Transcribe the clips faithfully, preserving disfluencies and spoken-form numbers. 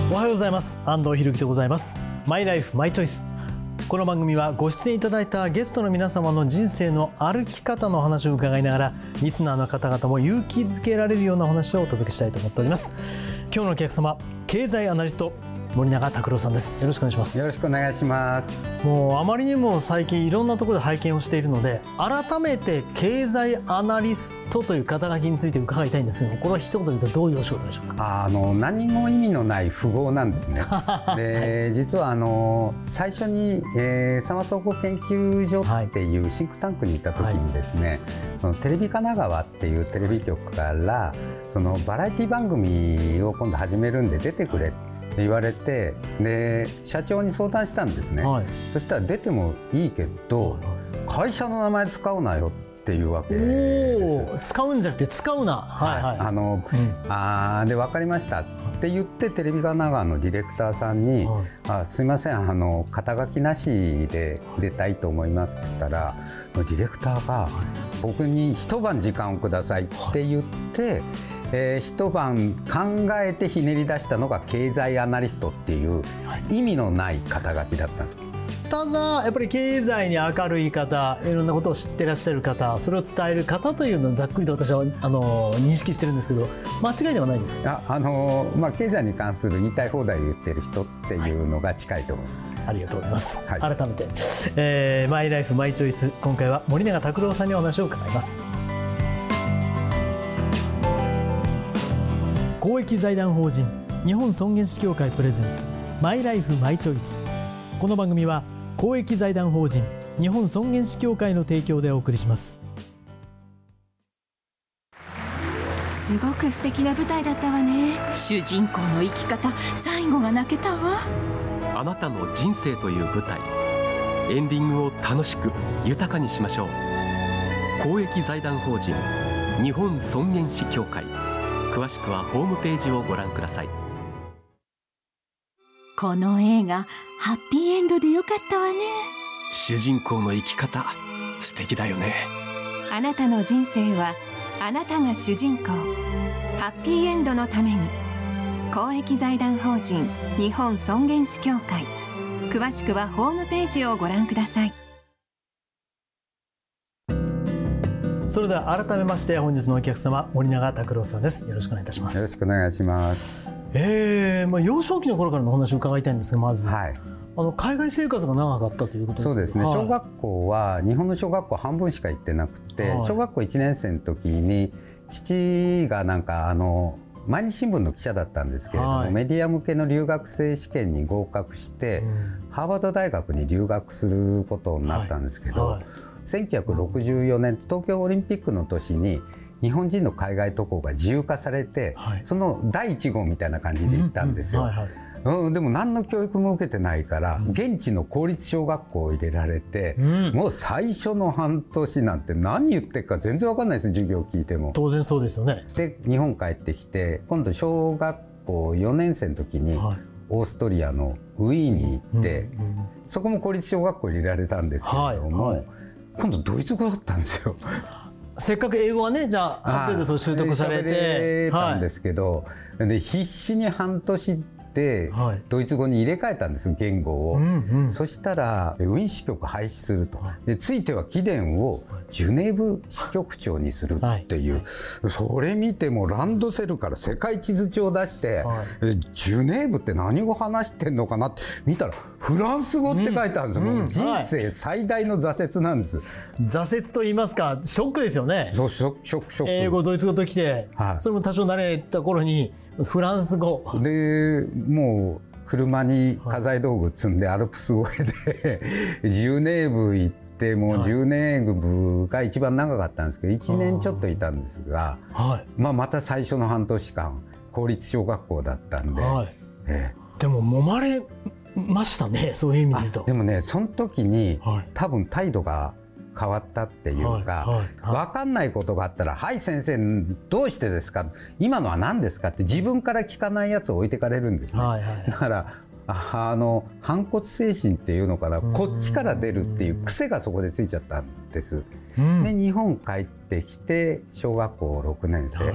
おはようございます。安藤裕樹でございます。マイライフマイチョイス。この番組はご出演いただいたゲストの皆様の人生の歩き方の話を伺いながら、リスナーの方々も勇気づけられるような話をお届けしたいと思っております。今日のお客様、経済アナリスト森永卓郎さんです。よろしくお願いします。 よろしくお願いします。 もうあまりにも最近いろんなところで拝見をしているので、改めて経済アナリストという肩書きについて伺いたいんですけども、これは一言で言うとどういうお仕事でしょうか。 あの何も意味のない富豪なんですね。で実はあの最初に、えー、佐間総合研究所っていうシンクタンクに行った時にですね、はい、そのテレビ神奈川っていうテレビ局からそのバラエティ番組を今度始めるんで出てくれって言われて、で社長に相談したんですね、はい、そしたら出てもいいけど、はい、会社の名前使うなよっていうわけです。 使うんじゃなくて使うな、はいはい、 あの、うん、あで分かりましたって言ってテレビ神奈川のディレクターさんに、はい、あすいませんあの肩書きなしで出たいと思いますって言ったら、ディレクターが僕に一晩時間をくださいって言って、はい、えー、一晩考えてひねり出したのが経済アナリストっていう意味のない肩書きだったんです。 ただやっぱり経済に明るい方、いろんなことを知ってらっしゃる方、それを伝える方というのをざっくりと私はあの認識してるんですけど、間違いではないんですか。 ああの、まあ、経済に関する言いたい放題言ってる人っていうのが近いと思います、はい、 ありがとうございます、はい、改めて、えー、マイライフマイチョイス、今回は森永卓郎さんにお話を伺います。公益財団法人日本尊厳死協会プレゼンツマイライフマイチョイス。この番組は公益財団法人日本尊厳死協会の提供でお送りします。 すごく素敵な舞台だったわね。 主人公の生き方、最後が泣けたわ。 あなたの人生という舞台、エンディングを楽しく豊かにしましょう。公益財団法人日本尊厳死協会、詳しくはホームページをご覧ください。 この映画ハッピーエンドでよかったわね。 主人公の生き方素敵だよね。 あなたの人生はあなたが主人公。ハッピーエンドのために公益財団法人日本尊厳死協会、詳しくはホームページをご覧ください。 それでは改めまして本日のお客様、森永卓郎さんです。よろしくお願いいたします。 よろしくお願いします。 えーまあ、幼少期の頃からのお話を伺いたいんですが、まず、はい、あの海外生活が長かったということですか。 そうですね、 はい、 小学校は日本の小学校半分しか行ってなくて、はい、小学校いちねん生の時に父がなんかあの毎日新聞の記者だったんですけれども、はい、メディア向けの留学生試験に合格して、うん、ハーバード大学に留学することになったんですけど、はいはい、せんきゅうひゃくろくじゅうよねん東京オリンピックの年に日本人の海外渡航が自由化されて、はい、そのだいいち号みたいな感じで行ったんですよ。うん、でも何の教育も受けてないから、うん、現地の公立小学校を入れられて、うん、もう最初の半年なんて何言ってるか全然分かんないです、授業を聞いても。 当然そうですよね。 で日本帰ってきて、今度小学校よねん生の時に、はい、オーストリアのウィーンに行って、うんうん、そこも公立小学校入れられたんですけれども、はいはい、今度ドイツ語だったんですよ。 せっかく英語はね、じゃあある程度そう習得されて喋れたんですけど、はい、で必死に半年でドイツ語に入れ替えたんです、言語を、うんうん、そしたらウィーン支局廃止すると、でついては貴殿をジュネーブ支局長にするっていう、はいはい、それ見てもランドセルから世界地図帳を出して、はい、ジュネーブって何語話してんのかなって見たらフランス語って書いてあるんですよ、うんうん、人生最大の挫折なんです、はい、 挫折と言いますか、ショックですよね。 そうショックショックショック。 英語ドイツ語ときて、はい、それも多少慣れた頃にフランス語で、もう車に家財道具積んでアルプス越えでジュネーブ行って、もうジュネーブが一番長かったんですけどいちねんちょっといたんですが、はい、まあ、また最初の半年間公立小学校だったんで、はい、ええ、でも揉まれましたね、そういう意味で言うと。 でもね、その時に、はい、多分態度が変わったっていうか、はいはいはい、分かんないことがあったら「はい先生どうしてですか、今のは何ですか」って自分から聞かないやつを置いてかれるんですね、はいはいはい、だからあの反骨精神っていうのかな、こっちから出るっていう癖がそこでついちゃったんです、うん、で日本帰ってきて小学校ろくねん生、はい、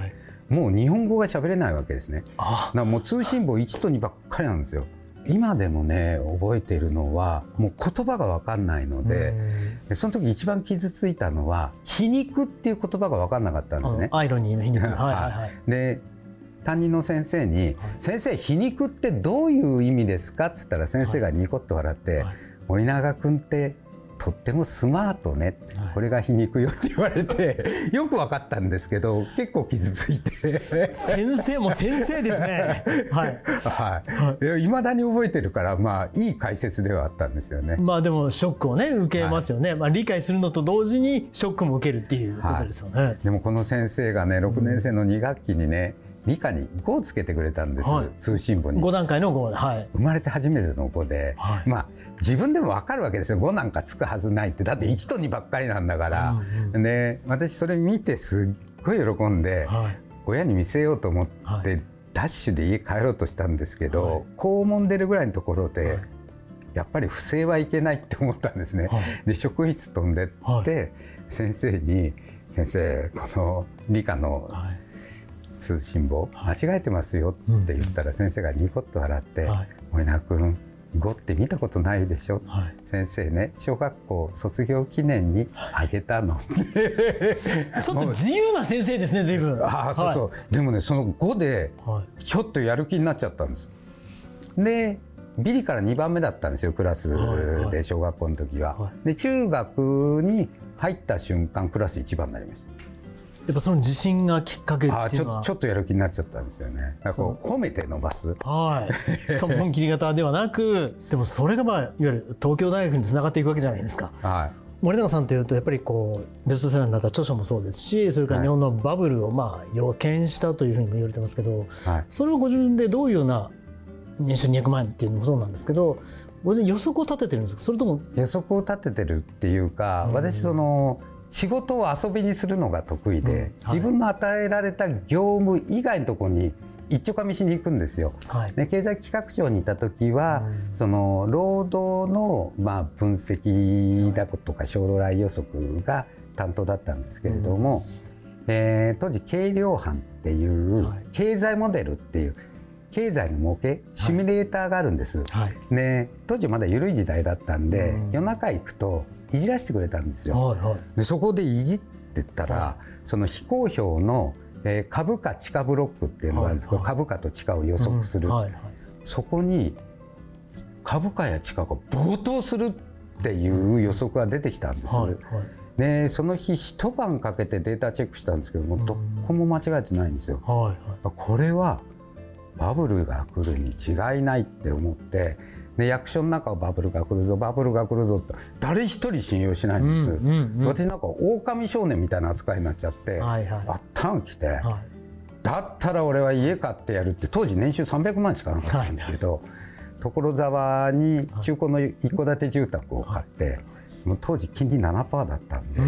もう日本語が喋れないわけですね。 あだからもう通信簿いちとにばっかりなんですよ。今でもね覚えているのはもう言葉が分かんないので、その時一番傷ついたのは皮肉っていう言葉が分かんなかったんですね。 アイロニーの皮肉、はいはいはい、 で担任の先生に、はい、先生皮肉ってどういう意味ですかって言ったら先生がニコッと笑って、はいはい、森永君ってとってもスマートね、はい、これが皮肉よって言われてよく分かったんですけど結構傷ついて先生も先生ですねはい、 はい、いまだに覚えてるから、まあ、いい解説ではあったんですよね。 まあでもショックをね受けますよね、はい、まあ、理解するのと同時にショックも受けるっていうことですよね、はい、 でもこの先生がねろくねん生のに学期にね、うん、理科にごをつけてくれたんです、はい、通信簿にご段階のごで、はい、 生まれて初めてのごで、はい、まあ自分でも分かるわけですよ。ごなんかつくはずないって、だっていちとにばっかりなんだから、うんうん、で私それ見てすっごい喜んで、はい、親に見せようと思って、はい、ダッシュで家帰ろうとしたんですけど、はい、校門出るぐらいのところで、はい、やっぱり不正はいけないって思ったんですね、はい、で職員室飛んでって、はい、先生に先生この理科の、はい、通信簿間違えてますよって言ったら先生がニコッと笑って「森永君ごって見たことないでしょ、はい、先生ね小学校卒業記念にあげたの」 ちょっと自由な先生ですね随分。 ああそうそう、はい、でもねそのごでちょっとやる気になっちゃったんです。でビリからにばんめだったんですよクラスで小学校の時は、はい、で中学に入った瞬間クラスいちばんになりました。 やっぱその自信がきっかけっていうのはあちょ、ちょっとやる気になっちゃったんですよね。なんかこう褒めて伸ばす、 はい、しかも本切り型ではなくでもそれが、まあ、いわゆる東京大学につながっていくわけじゃないですか、はい、森永さんというとやっぱりこうベストセラーになった著書もそうですしそれから日本のバブルをまあ予見したというふうにも言われてますけど、はい、それをご自分でどういうような年収にひゃくまんえんっていうのもそうなんですけどご自分予測を立ててるんですかそれとも予測を立ててるっていうか、うん、私その仕事を遊びにするのが得意で、うんはい、自分の与えられた業務以外のところに一丁かみしに行くんですよ、はい、で経済企画庁にいた時は、うん、その労働のまあ分析だとか将来予測が担当だったんですけれども、うんえー、当時計量班っていう経済モデルっていう経済の模型シミュレーターがあるんです、はい、で当時まだ緩い時代だったんで、うん、夜中行くといじらせてくれたんですよ、はいはい、でそこでいじってったら、はい、その非公表の、えー、株価地価ブロックっていうのがあるんですけど、はいはい、株価と地価を予測する、うんはいはい、そこに株価や地価が暴騰するっていう予測が出てきたんです、はいはい、でその日一晩かけてデータチェックしたんですけども、うん、どこも間違えてないんですよ、はいはい、これはバブルが来るに違いないって思ってで役所の中はバブルが来るぞバブルが来るぞって誰一人信用しないんです、うんうんうん、私なんか狼少年みたいな扱いになっちゃって、はいはい、あったん来て、はい、だったら俺は家買ってやるって当時年収さんびゃくまんしかなかったんですけど、はいはい、所沢に中古の一戸建て住宅を買って、はい、もう当時金利 ななパーセント だったんで、うん、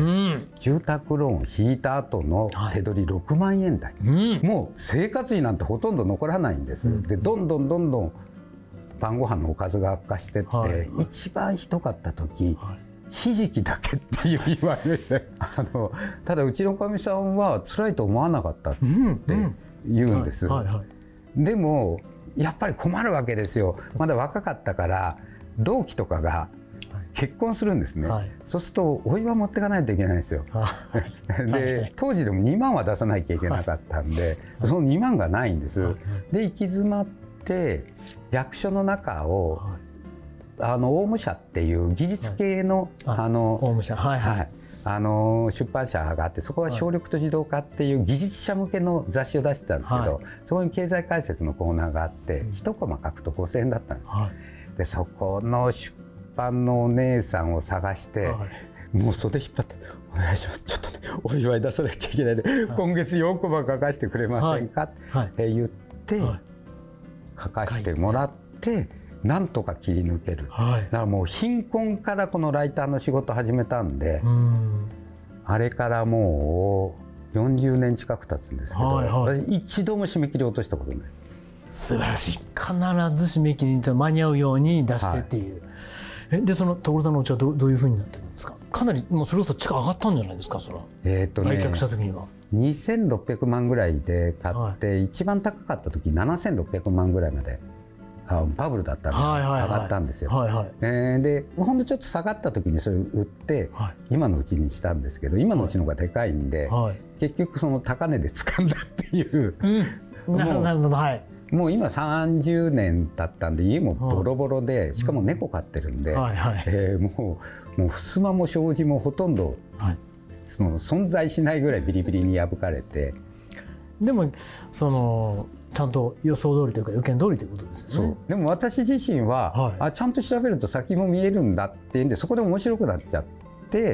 住宅ローン引いた後の手取りろくまんえん台、はい、もう生活費なんてほとんど残らないんです、うん、でどんどんどんどん晩ご飯のおかずが悪化してって、はい、一番ひどかった時、はい、ひじきだけっていう言われてあのただうちのかみさんは辛いと思わなかったって言うんです、うんうんはいはいはい、でもやっぱり困るわけですよ。まだ若かったから同期とかが結婚するんですね、はい、そうするとお祝い持ってかないといけないんですよ、はい、で当時でもにまんは出さなきゃいけなかったんで、はい、そのにまんがないんです、はい、で行き詰まって役所の中を、はい、あのオウム社っていう技術系の、はい、あのオウム社、はいはいはい、 あの出版社があってそこは省力と自動化っていう技術者向けの雑誌を出してたんですけど、はい、そこに経済解説のコーナーがあって一コマ書くとごせんえんだったんです、はい、でそこの出版のお姉さんを探して、はい、もう袖引っ張ってお願いしますちょっとねお祝い出さなきゃいけないので、はい、今月よんコマ書かせてくれませんか、はい、って言って、はい、書かせてもらってなんとか切り抜ける、はい、だからもう貧困からこのライターの仕事始めたんで、うん、あれからもうよんじゅうねん近く経つんですけど、はいはい、私一度も締め切り落としたことないです。 素晴らしい。必ず締め切りに間に合うように出してっていう、はい、 えでその所さんのお家は ど, どういうふうになってるんですか。かなりもうそれこそ地価上がったんじゃないですか。それはえーっとね、 売却した時にはにせんろっぴゃくまんぐらいで買って、はい、一番高かった時ななせんろっぴゃくまんぐらいまであバブルだったんで、はいはいはい、上がったんですよ、はいはい、えー、でほんとちょっと下がった時にそれを売って、はい、今のうちにしたんですけど、今のうちの方がでかいんで、はい、結局その高値で掴んだっていう、 うん、なるほどなるほど、はい、 もう今さんじゅうねん経ったんで家もボロボロで、しかも猫飼ってるんで、はいはい、えー、もう、もう襖も障子もほとんど、はい、その存在しないぐらいビリビリに破かれて、 でもそのちゃんと予想通りというか予見通りということですよね。 そうでも私自身は、はい、あちゃんと調べると先も見えるんだっていうんで、そこで面白くなっちゃって、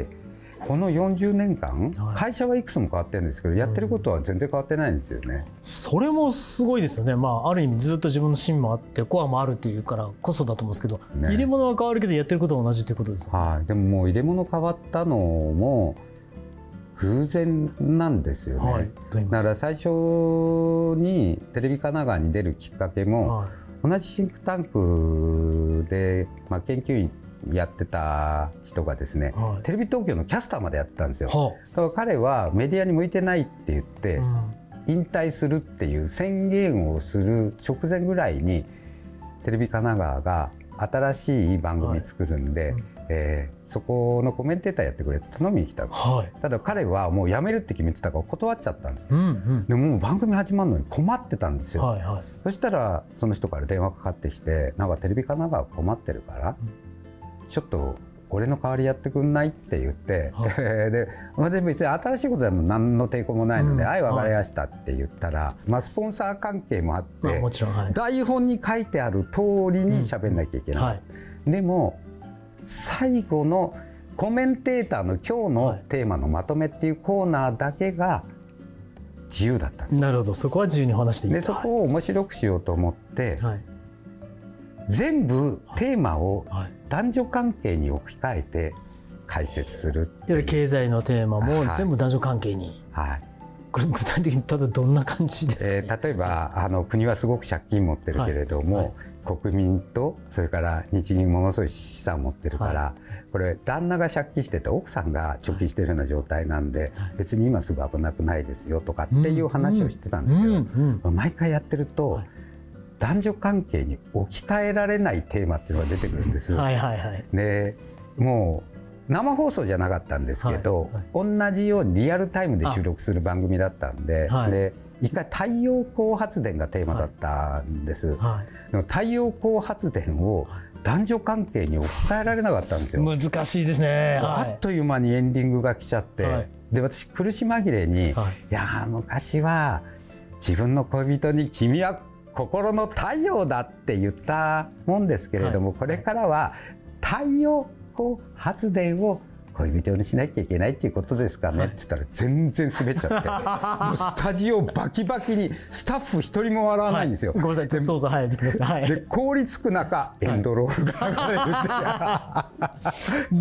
このよんじゅうねんかん、はい、会社はいくつも変わってるんですけど、やってることは全然変わってないんですよね、うん、 それもすごいですよね。まあ、ある意味ずっと自分の芯もあってコアもあるっていうからこそだと思うんですけど、ね、入れ物は変わるけどやってることは同じということですよね。 はい、でももう入れ物変わったのも偶然なんですよね、はい、だから最初にテレビ神奈川に出るきっかけも、はい、同じシンクタンクで、まあ、研究員やってた人がですね、はい、テレビ東京のキャスターまでやってたんですよ、はあ、だから彼はメディアに向いてないって言って、うん、引退するっていう宣言をする直前ぐらいにテレビ神奈川が新しい番組作るんで、はい、えー、そこのコメンテーターやってくれって頼みに来たんです、はい、ただ彼はもう辞めるって決めてたから断っちゃったんです、うんうん、でももう番組始まるのに困ってたんですよ、はいはい、そしたらその人から電話かかってきて、なんかテレビ神奈川困ってるから、うん、ちょっと俺の代わりやってくんないって言って、はい、で、まあ、でも別に新しいことでも何の抵抗もないので、うん、はい分かりましたって言ったら、まあ、スポンサー関係もあって、まあもちろん、はい、台本に書いてある通りに喋んなきゃいけない、うん、はい、でも最後のコメンテーターの今日のテーマのまとめっていうコーナーだけが自由だったんです。 なるほど、そこは自由に話していい。 でそこを面白くしようと思って、はい、全部テーマを男女関係に置き換えて解説する。いわゆる経済のテーマも全部男女関係に、はいはい、これ具体的にただどんな感じですかね。えー、例えばあの国はすごく借金持ってるけれども、はいはい、国民とそれから日銀ものすごい資産持ってるから、はい、これ旦那が借金してて奥さんが貯金してるような状態なんで、はい、別に今すぐ危なくないですよとかっていう話をしてたんですけど、うんうんうん、毎回やってると、はい、男女関係に置き換えられないテーマっていうのが出てくるんです。はいはいはい、でもう生放送じゃなかったんですけど、はいはい、同じようにリアルタイムで収録する番組だったんで、はい、で一回太陽光発電がテーマだったんです、はいはい、でも太陽光発電を男女関係に置き換えられなかったんですよ。 難しいですね、 はい、あっという間にエンディングが来ちゃって、はい、で私苦し紛れに、はい、いや昔は自分の恋人に君は心の太陽だって言ったもんですけれども、はい、これからは太陽光発電を恋人にしなきゃいけないっていうことですかね、はい、って言ったら全然滑っちゃってもうスタジオバキバキにスタッフ一人も笑わないんですよ、 はい、ごめんなさい、そうそう、はい、できます、はい、 で凍りつく中エンドロールが流れるって、はい、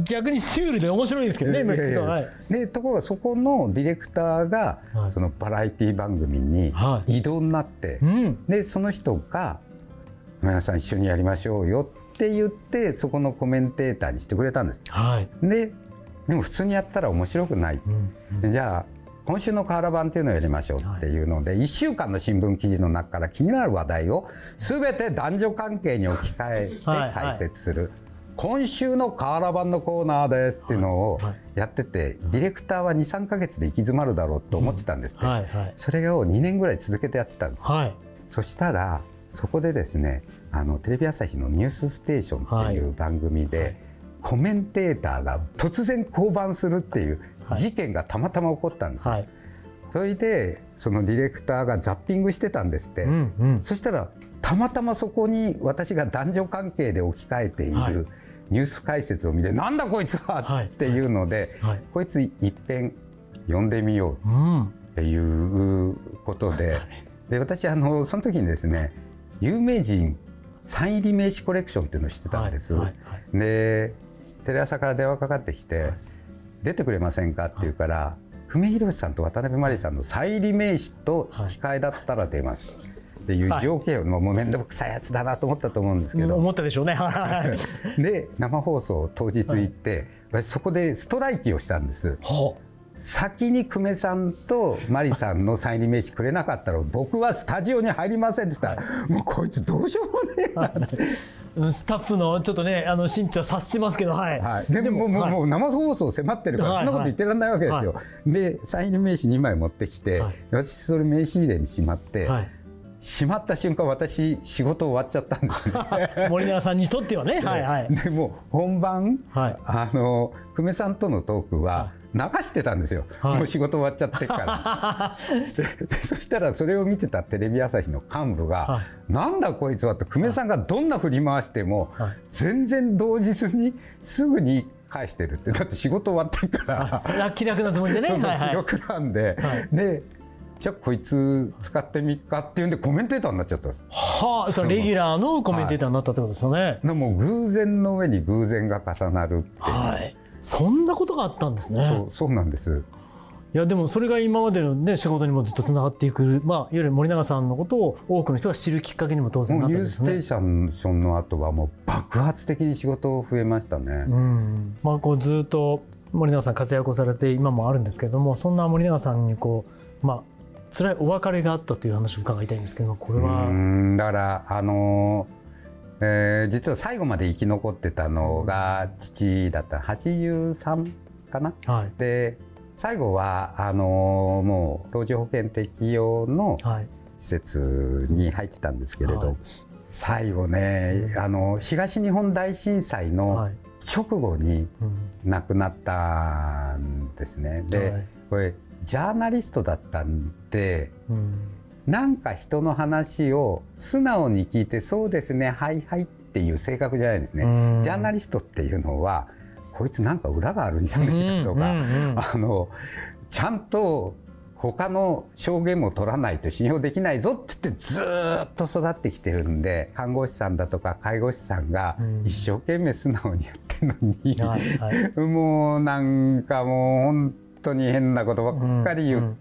逆にシュールで面白いですけどね、今聞くと、はい、 でところがそこのディレクターが、はい、そのバラエティ番組に異動になって、はい、うん、でその人が皆さん一緒にやりましょうよって言ってそこのコメンテーターにしてくれたんです、はい、ででも普通にやったら面白くない、うんうん、じゃあ今週の瓦版っていうのをやりましょうっていうので、はい、いっしゅうかんの新聞記事の中から気になる話題を全て男女関係に置き換えて解説する、はいはい、今週の瓦版のコーナーですっていうのをやってて、はいはい、ディレクターは にさんかげつで行き詰まるだろうと思ってたんですって、うんはいはい、それをにねんぐらい続けてやってたんです、はい、そしたらそこでですね、あのテレビ朝日のニュースステーションっていう番組で、はいはい、コメンテーターが突然降板するっていう事件がたまたま起こったんです、はい、それでそのディレクターがザッピングしてたんですって、うんうん、そしたらたまたまそこに私が男女関係で置き換えているニュース解説を見て、はい、なんだこいつはっていうので、はいはい、こいつ一遍読んでみようっていうことで、で私あのその時にですね、有名人サイン入り名刺コレクションっていうのをしてたんです、はいはいはい、でテレ朝から電話かかってきて、はい、出てくれませんかって言うから、久米宏さんと渡辺麻里さんのサイン入り名刺と引き換えだったら出ます、はい、 っていう情景を、はい、もう面倒くさいやつだなと思ったと思うんですけど、 思ったでしょうねで生放送当日行って、はい、そこでストライキをしたんです、はあ、先に久米さんとマリさんのサイン入り名刺くれなかったら僕はスタジオに入りませんって言ったら、はい、もうこいつどうしようもねえなってスタッフのちょっとねあの心中は察しますけど、はいはい、でももう、はい、もう生放送迫ってるから、はい、そんなこと言ってらんないわけですよ、はい、でサイン入り名刺にまい持ってきて、はい、私それ名刺入れにしまって、はい、しまった瞬間私仕事終わっちゃったんですね森永さんにとってはね、はいはい、 でもう本番、はい、あの久米さんとのトークは、はい流してたんですよ、はい、もう仕事終わっちゃってからで, でそしたらそれを見てたテレビ朝日の幹部が、はい、なんだこいつはって久米さんがどんな振り回しても、はい、全然同日にすぐに返してるって、だって仕事終わってるから、 はい、気楽なつもりでねそうそう気楽なんで、はい、でじゃあこいつ使ってみっかっていうんでコメンテーターになっちゃったんです。 はあ、そのレギュラーのコメンテーターになったってことですよね、はい、 でも偶然の上に偶然が重なるっていう、 はいそんなことがあったんですね。 そう、そうなんです。 いやでもそれが今までの、ね、仕事にもずっとつながっていく、まあ、いわゆる森永さんのことを多くの人が知るきっかけにも当然なったんですね。 ニューステーションの後はもう爆発的に仕事増えましたね。 うん、まあ、こうずっと森永さん活躍をされて今もあるんですけれども、そんな森永さんにこう、まあ、辛いお別れがあったという話を伺いたいんですけど、これはうんだからあのーえー、実は最後まで生き残ってたのが父だったはちじゅうさんかな、はい、で最後はあのー、もう老人保険適用の施設に入ってたんですけれど、はい、最後ね、あの東日本大震災の直後に亡くなったんですね、はい、で、はい、これジャーナリストだったんで、うんなんか人の話を素直に聞いてそうですねはいはいっていう性格じゃないですね。ジャーナリストっていうのはこいつなんか裏があるんじゃないかとか、あのちゃんと他の証言も取らないと信用できないぞって言ってずっと育ってきてるんで、看護師さんだとか介護士さんが一生懸命素直にやってるのに、はいはい、もうなんかもう本当本当に変なことばっかり言って、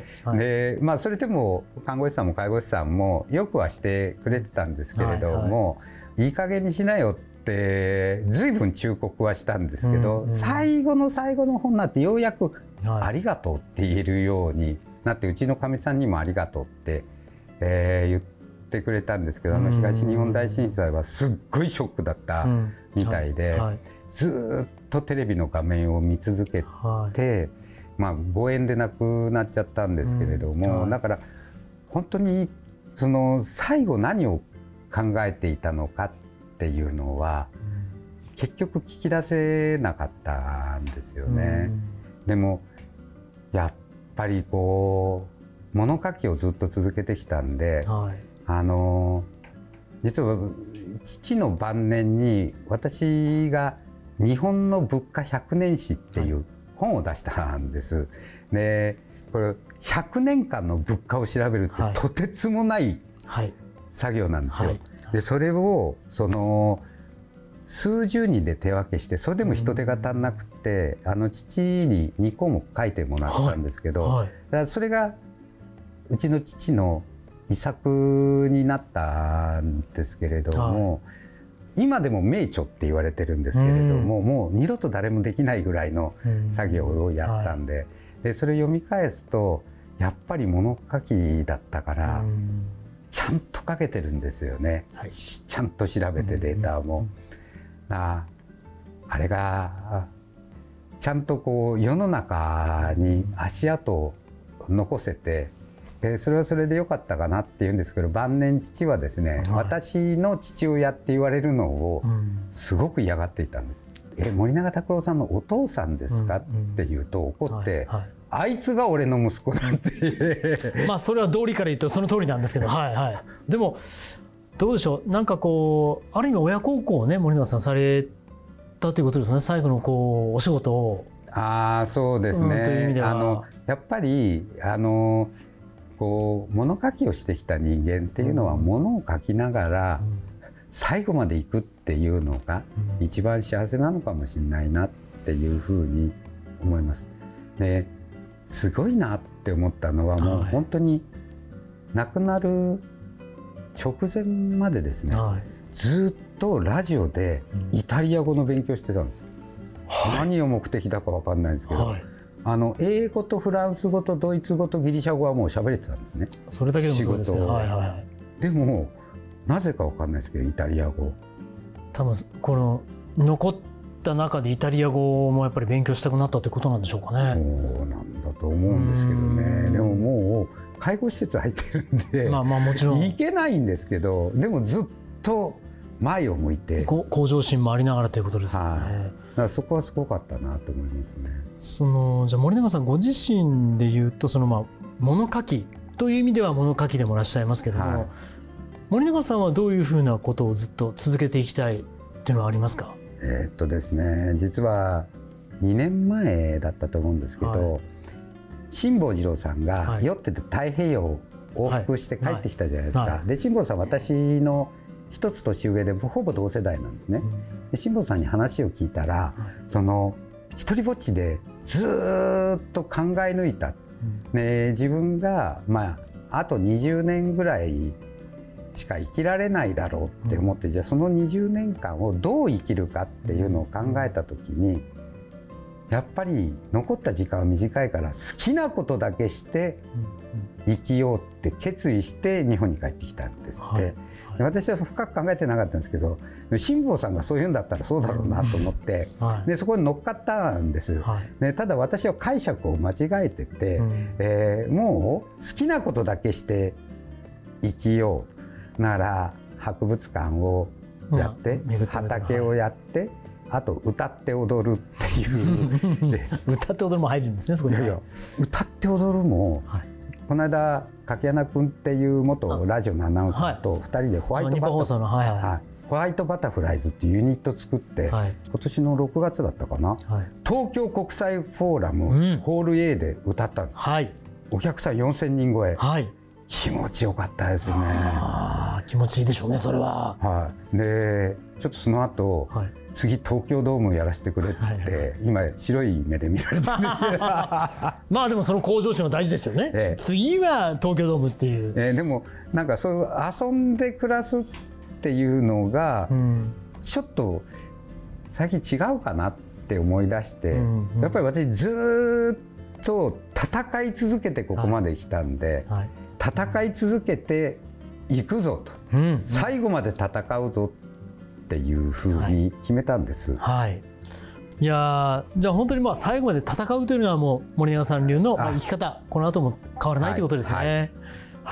でまあそれでも看護師さんも介護士さんもよくはしてくれてたんですけれども、はいはい、いい加減にしなよって随分忠告はしたんですけど、うんうん、最後の最後の本になってようやくありがとうって言えるようになって、うちのかみさんにもありがとうって、えー、言ってくれたんですけど、あの東日本大震災はすっごいショックだったみたいで、うんはいはい、ずっとテレビの画面を見続けて、はいまあ、誤嚥で亡くなっちゃったんですけれども、うんはい、だから本当にその最後何を考えていたのかっていうのは、うん、結局聞き出せなかったんですよね、うん、でもやっぱりこう物書きをずっと続けてきたんで、はい、あの実は父の晩年に私が日本の物価ひゃくねん史っていう、はい本を出したんです。でこれひゃくねんかんの物価を調べるってとてつもない作業なんですよ。はいはい、でそれをその数十人で手分けして、それでも人手が足んなくて、あの父ににこうも書いてもらったんですけど、はいはい、だからそれがうちの父の遺作になったんですけれども、はい今でも名著って言われてるんですけれども、うん、もう二度と誰もできないぐらいの作業をやったんで、うんはい、でそれを読み返すとやっぱり物書きだったから、うん、ちゃんと書けてるんですよね、はい、ちゃんと調べてデータも、うん、あ, あれがちゃんとこう世の中に足跡を残せて、それはそれで良かったかなっていうんですけど、晩年父はですね、はい、私の父親って言われるのをすごく嫌がっていたんです、うん、え森永卓郎さんのお父さんですか、うんうん、って言うと怒って、はいはい、あいつが俺の息子だってまあそれは道理から言うとその通りなんですけどはいはい、でもどうでしょう、なんかこうある意味親孝行をね森永さんされたということですね、最後のこうお仕事を。 ああそうですね、うん、という意味ではあのやっぱりあのこう物書きをしてきた人間っていうのは物を書きながら最後までいくっていうのが一番幸せなのかもしれないなっていうふうに思います。ですごいなって思ったのはもう本当に亡くなる直前までですね、 はい、 ずっとラジオでイタリア語の勉強してたんですよ、はい、何を目的だか分かんないんですけど、はい、あの英語とフランス語とドイツ語とギリシャ語はもう喋れてたんですね。 それだけでもそうですね、はいはいはい、 でもなぜか分かんないですけどイタリア語多分この残った中でイタリア語もやっぱり勉強したくなったということなんでしょうかね。 そうなんだと思うんですけどね。でももう介護施設入ってるんで、まあまあもちろん行けないんですけど、でもずっと前を向いて向上心もありながらということですよね。はい、だからそこはすごかったなと思いますね。 そのじゃあ森永さんご自身でいうとそのまあ物書きという意味では物書きでもいらっしゃいますけども、はい、森永さんはどういうふうなことをずっと続けていきたいっていうのはありますか？ えー、っとですね実はにねんまえだったと思うんですけど、はい、辛坊治郎さんが酔ってて太平洋を往復して帰ってきたじゃないですか、はいはいはい、で辛坊さん私の一つ年上でほぼ同世代なんですね、うん、で辛坊さんに話を聞いたら、はい、その一人ぼっちでずっと考え抜いた、うんね、自分が、まあ、あとにじゅうねんぐらいしか生きられないだろうって思って、うん、じゃあそのにじゅうねんかんをどう生きるかっていうのを考えた時にやっぱり残った時間は短いから好きなことだけして生きようって決意して日本に帰ってきたんですって、はいはい、私は深く考えてなかったんですけど辛坊さんがそういうんだったらそうだろうなと思って、はい、でそこに乗っかったんです、はい、でただ私は解釈を間違えてて、うんえー、もう好きなことだけして生きようなら博物館をやって、うん、畑をやって、はいあと歌って踊るっていうで歌って踊るも入るんですねそこに。いやいや歌って踊るも、はい、この間柿穴君っていう元ラジオのアナウンサーとふたりでホワイトバタフライ、はいはい、ホワイトバタフライズっていうユニット作って、はい、今年のろくがつだったかな、はい、東京国際フォーラム、うん、ホール A で歌ったんです、はい、お客さんよんせんにん超え、はい、気持ちよかったですね。 あ気持ちいいでしょうねそれは、 はい、でちょっとその後、はい次東京ドームやらせてくれって言って、はいはい、今白い目で見られてるんですけどまあでもその向上心は大事ですよね、ええ、次は東京ドームっていう、 ええ、でもなんかそういう遊んで暮らすっていうのが、うん、ちょっと最近違うかなって思い出して、うんうん、やっぱり私ずっと戦い続けてここまで来たんで、はいはい、戦い続けていくぞと、うん、最後まで戦うぞっていう風に決めたんです、 はいはい、いやじゃあ本当にまあ最後まで戦うというのはもう森永さん流のまあ生き方この後も変わらないということですね。わ、はいはい、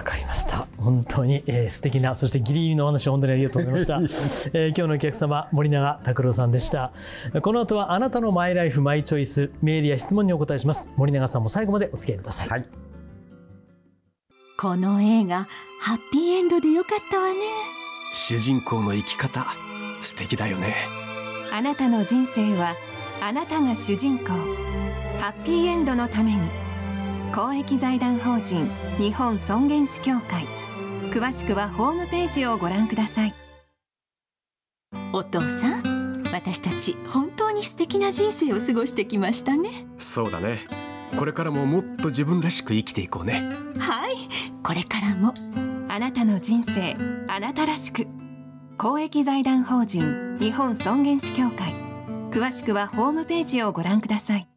かりました本当に、えー、素敵なそしてギリギリのお話を本当にありがとうございました、えー、今日のお客様森永卓郎さんでした。この後はあなたのマイライフマイチョイスメールや質問にお答えします。森永さんも最後までお付き合いください、はい、 この映画ハッピーエンドでよかったわね。 主人公の生き方素敵だよね。 あなたの人生はあなたが主人公。ハッピーエンドのために公益財団法人日本尊厳死協会詳しくはホームページをご覧ください。 お父さん私たち本当に素敵な人生を過ごしてきましたね。 そうだね。これからももっと自分らしく生きていこうね。 はいこれからもあなたの人生あなたらしく公益財団法人日本尊厳死協会詳しくはホームページをご覧ください。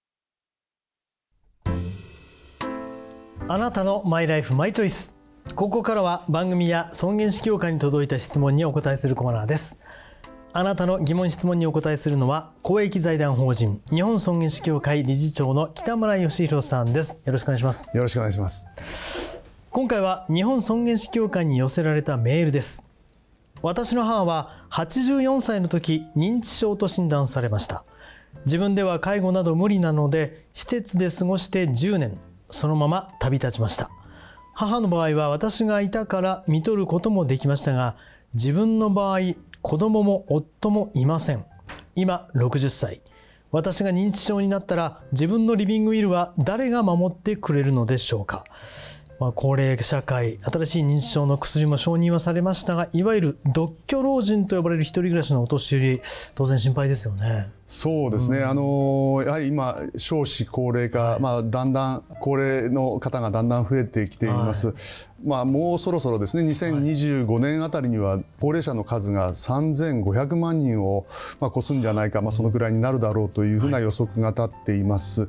あなたのマイライフマイチョイス。ここからは番組や尊厳死協会に届いた質問にお答えするコーナーです。あなたの疑問質問にお答えするのは公益財団法人日本尊厳死協会理事長の北村義弘さんです。よろしくお願いします。 よろしくお願いします。 今回は日本尊厳死協会に寄せられたメールです。私の母ははちじゅうよんさいの時認知症と診断されました。自分では介護など無理なので施設で過ごしてじゅうねんそのまま旅立ちました。母の場合は私がいたから看取ることもできましたが、自分の場合子供も夫もいません。今ろくじゅっさい。私が認知症になったら自分のリビングウィルは誰が守ってくれるのでしょうか。 まあ、高齢社会、新しい認知症の薬も承認はされましたが、いわゆる独居老人と呼ばれる一人暮らしのお年寄り、当然心配ですよね。 そうですね、うん、あのやはり今少子高齢化、はい、まあ、だんだん高齢の方がだんだん増えてきています、はい、まあ、もうそろそろですねにせんにじゅうごねんあたりには高齢者の数がさんぜんごひゃくまんにんをまあ超すんじゃないか、まあ、そのくらいになるだろうというふうな予測が立っています、はい、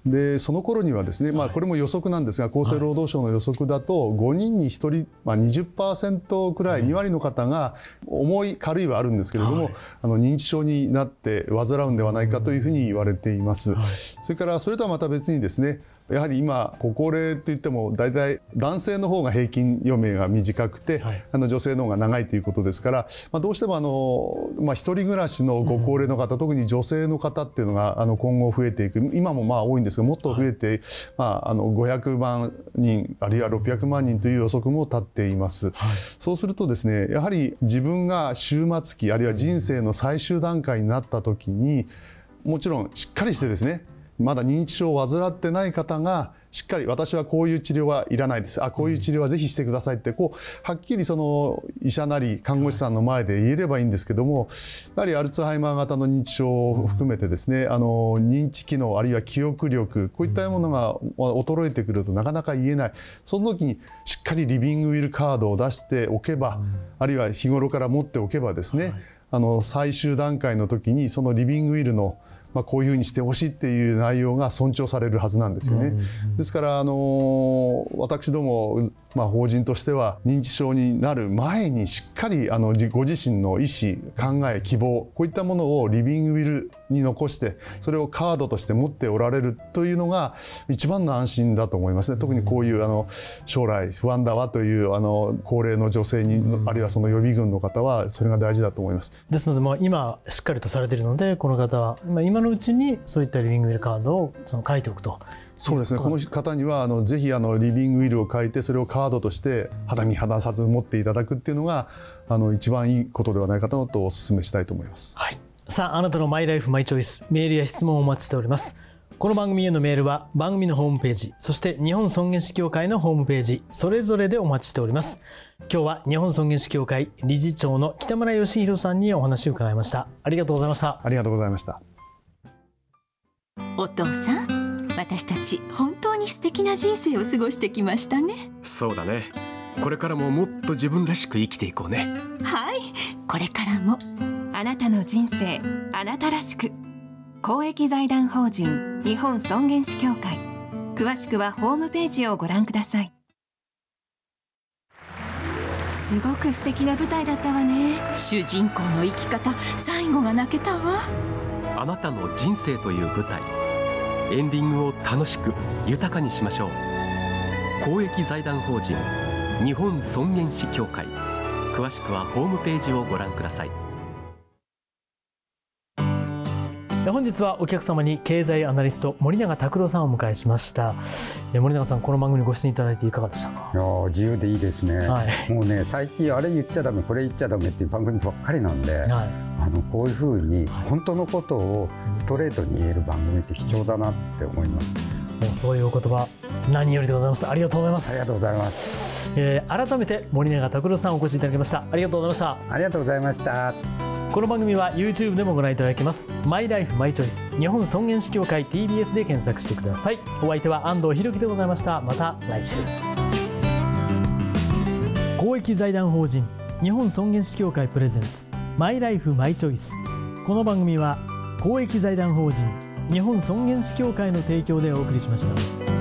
でその頃にはですね、まあ、これも予測なんですが、厚生労働省の予測だとごにんにひとり、まあ、にじゅっパーセント くらいに割の方が重い軽いはあるんですけれども、はい、あの認知症になって患うんではないかというふうに言われています、はい、それからそれとはまた別にですね、やはり今ご高齢といっても大体男性の方が平均余命が短くて、はい、あの女性の方が長いということですから、まあ、どうしてもあの、まあ、一人暮らしのご高齢の方、うん、特に女性の方っていうのがあの今後増えていく、今もまあ多いんですがもっと増えて、はい、まあ、あのごひゃくまんにんあるいはろっぴゃくまんにんという予測も立っています、はい、そうするとですね、やはり自分が終末期あるいは人生の最終段階になった時に、もちろんしっかりしてですね、まだ認知症を患ってない方がしっかり私はこういう治療はいらないです、あこういう治療はぜひしてくださいってこうはっきりその医者なり看護師さんの前で言えればいいんですけども、やはりアルツハイマー型の認知症を含めてですね、あの認知機能あるいは記憶力こういったものが衰えてくるとなかなか言えない、その時にしっかりリビングウィルカードを出しておけば、あるいは日頃から持っておけばですね、あの最終段階の時にそのリビングウィルのまあこういうふうにしてほしいっていう内容が尊重されるはずなんですよね。うんうんうん、ですからあの私ども、まあ、法人としては認知症になる前にしっかりあのご自身の意思、考え、希望こういったものをリビングウィルに残してそれをカードとして持っておられるというのが一番の安心だと思いますね。特にこういうあの将来不安だわというあの高齢の女性に、うん、あるいはその予備軍の方はそれが大事だと思います。 ですので、まあ、今しっかりとされているのでこの方は今のうちにそういったリビングウィルカードをその書いておくと。 そうですね、この方にはあのぜひあのリビングウィルを書いてそれをカードとして肌身離さず持っていただくっていうのがあの一番いいことではないかなとお勧めしたいと思います。 はい、さあ、あなたのマイライフマイチョイス、メールや質問をお待ちしております。この番組へのメールは番組のホームページ、そして日本尊厳死協会のホームページそれぞれでお待ちしております。今日は日本尊厳死協会理事長の北村義弘さんにお話を伺いました。ありがとうございました。 ありがとうございました。 お父さん、私たち本当に素敵な人生を過ごしてきましたね。 そうだね。これからももっと自分らしく生きていこうね。 はい、これからもあなたの人生あなたらしく、公益財団法人日本尊厳死協会、詳しくはホームページをご覧ください。すごく素敵な舞台だったわね。 主人公の生き方、最後が泣けたわ。 あなたの人生という舞台、エンディングを楽しく豊かにしましょう。公益財団法人日本尊厳死協会、詳しくはホームページをご覧ください。 本日はお客様に経済アナリスト森永卓郎さんをお迎えしました。森永さん、この番組にご出演いただいていかがでしたか？ いや自由でいいですね、はい、もうね最近あれ言っちゃダメこれ言っちゃダメっていう番組ばっかりなんで、はい、あのこういうふうに本当のことをストレートに言える番組って貴重だなって思います。 もうそういうお言葉何よりでございます。ありがとうございます。 ありがとうございます、 えー、改めて森永卓郎さんお越しいただきました。ありがとうございました。 ありがとうございました。 この番組は YouTube でもご覧いただけます。マイライフマイチョイス日本尊厳死協会 ティービーエス で検索してください。お相手は安藤弘樹でございました。また来週。公益財団法人日本尊厳死協会プレゼンツマイライフマイチョイス。この番組は公益財団法人日本尊厳死協会の提供でお送りしました。